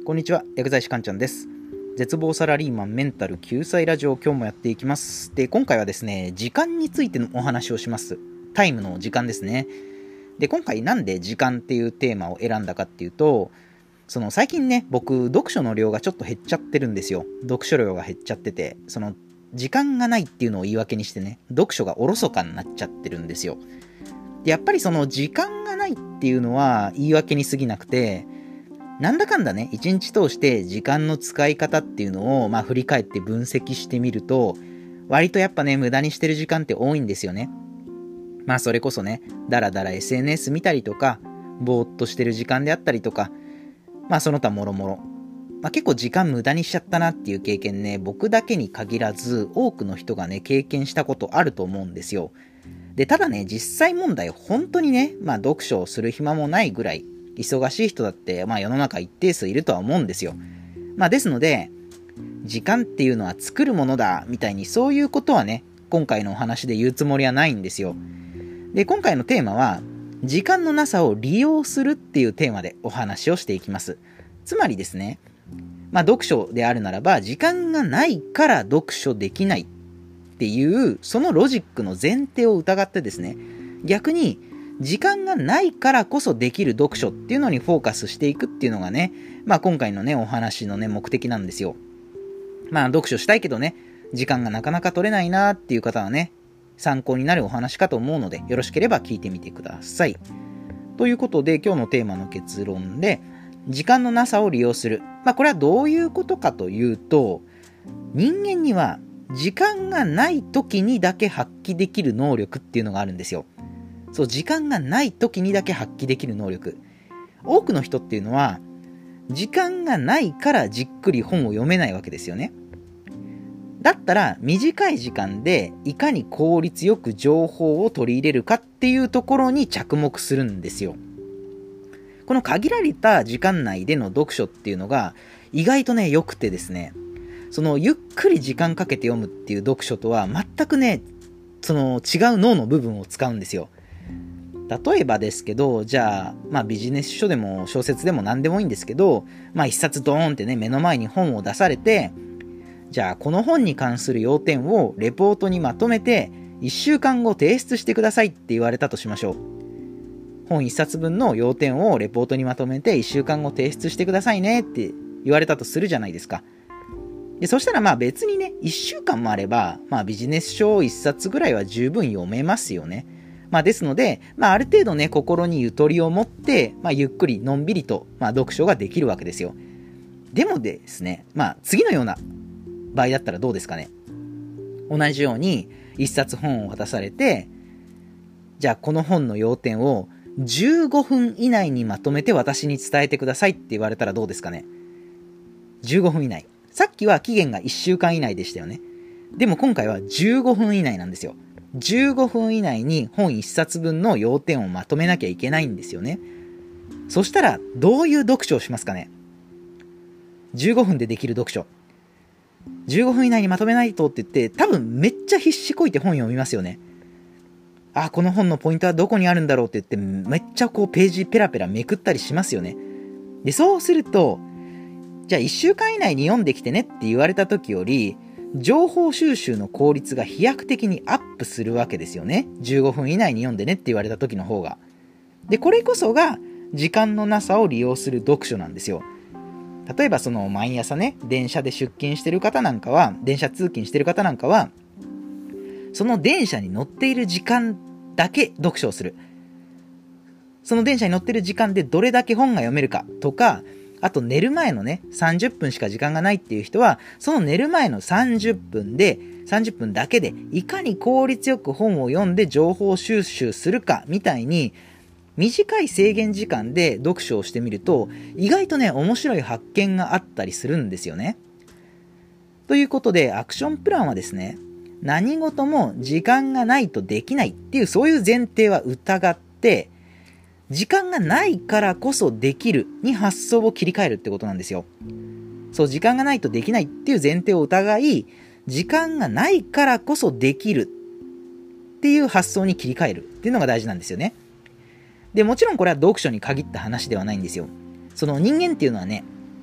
こんにちは、薬剤師かんちゃんです。絶望サラリーマンメンタル救済ラジオを今日もやっていきます。で、今回はですね、時間についてのお話をします。タイムの時間ですね。で、今回なんで時間っていうテーマを選んだかっていうと、最近ね、僕、読書の量がちょっと減っちゃってるんですよ。読書量が減っちゃってて、時間がないっていうのを言い訳にしてね、読書がおろそかになっちゃってるんですよ。で、やっぱり時間がないっていうのは言い訳に過ぎなくて、なんだかんだね、一日通して時間の使い方っていうのを、振り返って分析してみると、割とやっぱね、無駄にしてる時間って多いんですよね。それこそね、だらだら SNS 見たりとか、ぼーっとしてる時間であったりとか、その他もろもろ。結構時間無駄にしちゃったなっていう経験ね、僕だけに限らず、多くの人がね、経験したことあると思うんですよ。で、ただね、実際問題、本当にね、読書をする暇もないぐらい、忙しい人だって、世の中一定数いるとは思うんですよ。ですので、時間っていうのは作るものだ、みたいにそういうことはね、今回のお話で言うつもりはないんですよ。で、今回のテーマは、時間のなさを利用するっていうテーマでお話をしていきます。つまりですね、読書であるならば、時間がないから読書できないっていう、そのロジックの前提を疑ってですね、逆に、時間がないからこそできる読書っていうのにフォーカスしていくっていうのがね、今回のね、お話のね、目的なんですよ。読書したいけどね、時間がなかなか取れないなっていう方はね、参考になるお話かと思うので、よろしければ聞いてみてください。ということで、今日のテーマの結論で、時間のなさを利用する。これはどういうことかというと、人間には時間がない時にだけ発揮できる能力っていうのがあるんですよ。そう、時間がない時にだけ発揮できる能力。多くの人っていうのは、時間がないからじっくり本を読めないわけですよね。だったら、短い時間でいかに効率よく情報を取り入れるかっていうところに着目するんですよ。この限られた時間内での読書っていうのが、意外とね、良くてですね、ゆっくり時間かけて読むっていう読書とは、全くね、違う脳の部分を使うんですよ。例えばですけど、じゃあ、ビジネス書でも小説でも何でもいいんですけど、一冊ドーンってね、目の前に本を出されて、じゃあ、この本に関する要点をレポートにまとめて、1週間後提出してくださいって言われたとしましょう。本1冊分の要点をレポートにまとめて、1週間後提出してくださいねって言われたとするじゃないですか。で、そしたら別にね、1週間もあれば、ビジネス書1冊ぐらいは十分読めますよね。ですので、ある程度ね、心にゆとりを持って、ゆっくりのんびりと、読書ができるわけですよ。でもですね、次のような場合だったらどうですかね。同じように、一冊本を渡されて、じゃあこの本の要点を15分以内にまとめて私に伝えてくださいって言われたらどうですかね。15分以内。さっきは期限が1週間以内でしたよね。でも今回は15分以内なんですよ。15分以内に本1冊分の要点をまとめなきゃいけないんですよね。そしたらどういう読書をしますかね。15分でできる読書。15分以内にまとめないとって言って多分めっちゃ必死こいて本読みますよね。この本のポイントはどこにあるんだろうって言ってめっちゃページペラペラめくったりしますよね。で、そうするとじゃあ1週間以内に読んできてねって言われた時より情報収集の効率が飛躍的にアップするわけですよね。15分以内に読んでねって言われた時の方が。で、これこそが時間のなさを利用する読書なんですよ。例えば毎朝ね、電車で出勤してる方なんかは、電車通勤してる方なんかは、その電車に乗っている時間だけ読書をする。その電車に乗ってる時間でどれだけ本が読めるかとか、あと寝る前のね、30分しか時間がないっていう人は、その寝る前の30分だけで、いかに効率よく本を読んで情報収集するかみたいに、短い制限時間で読書をしてみると、意外とね、面白い発見があったりするんですよね。ということで、アクションプランはですね、何事も時間がないとできないっていう、そういう前提は疑って、時間がないからこそできるに発想を切り替えるってことなんですよ。そう、時間がないとできないっていう前提を疑い、時間がないからこそできるっていう発想に切り替えるっていうのが大事なんですよね。で、もちろんこれは読書に限った話ではないんですよ。人間っていうのはね、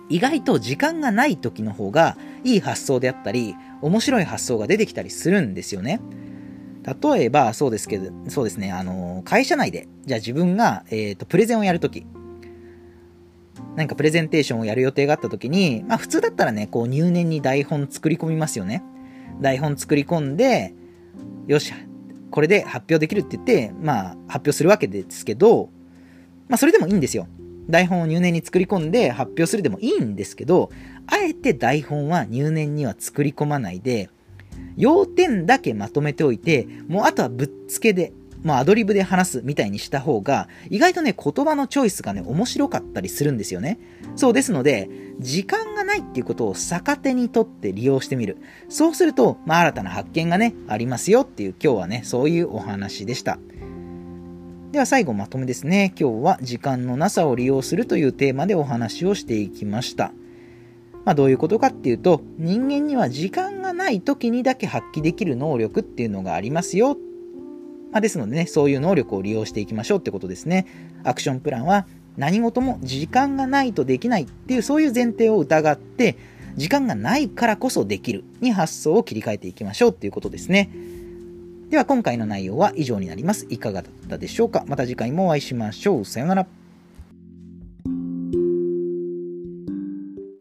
意外と時間がない時の方がいい発想であったり面白い発想が出てきたりするんですよね。例えばそうですね、会社内でじゃあ自分が、プレゼンをやるとき、何かプレゼンテーションをやる予定があったときに、普通だったらね、こう入念に台本作り込みますよね。台本作り込んで、よし、これで発表できるって言って、発表するわけですけど、それでもいいんですよ。台本を入念に作り込んで発表するでもいいんですけど、あえて台本は入念には作り込まないで、要点だけまとめておいて、もうあとはぶっつけで、アドリブで話すみたいにした方が、意外とね、言葉のチョイスがね、面白かったりするんですよね。そうですので、時間がないっていうことを逆手にとって利用してみる。そうすると、新たな発見がね、ありますよっていう、今日はね、そういうお話でした。では最後まとめですね。今日は時間のなさを利用するというテーマでお話をしていきました。どういうことかっていうと、人間には時間がない時にだけ発揮できる能力っていうのがありますよ。ですのでね、そういう能力を利用していきましょうってことですね。アクションプランは何事も時間がないとできないっていうそういう前提を疑って、時間がないからこそできるに発想を切り替えていきましょうっていうことですね。では今回の内容は以上になります。いかがだったでしょうか。また次回もお会いしましょう。さようなら。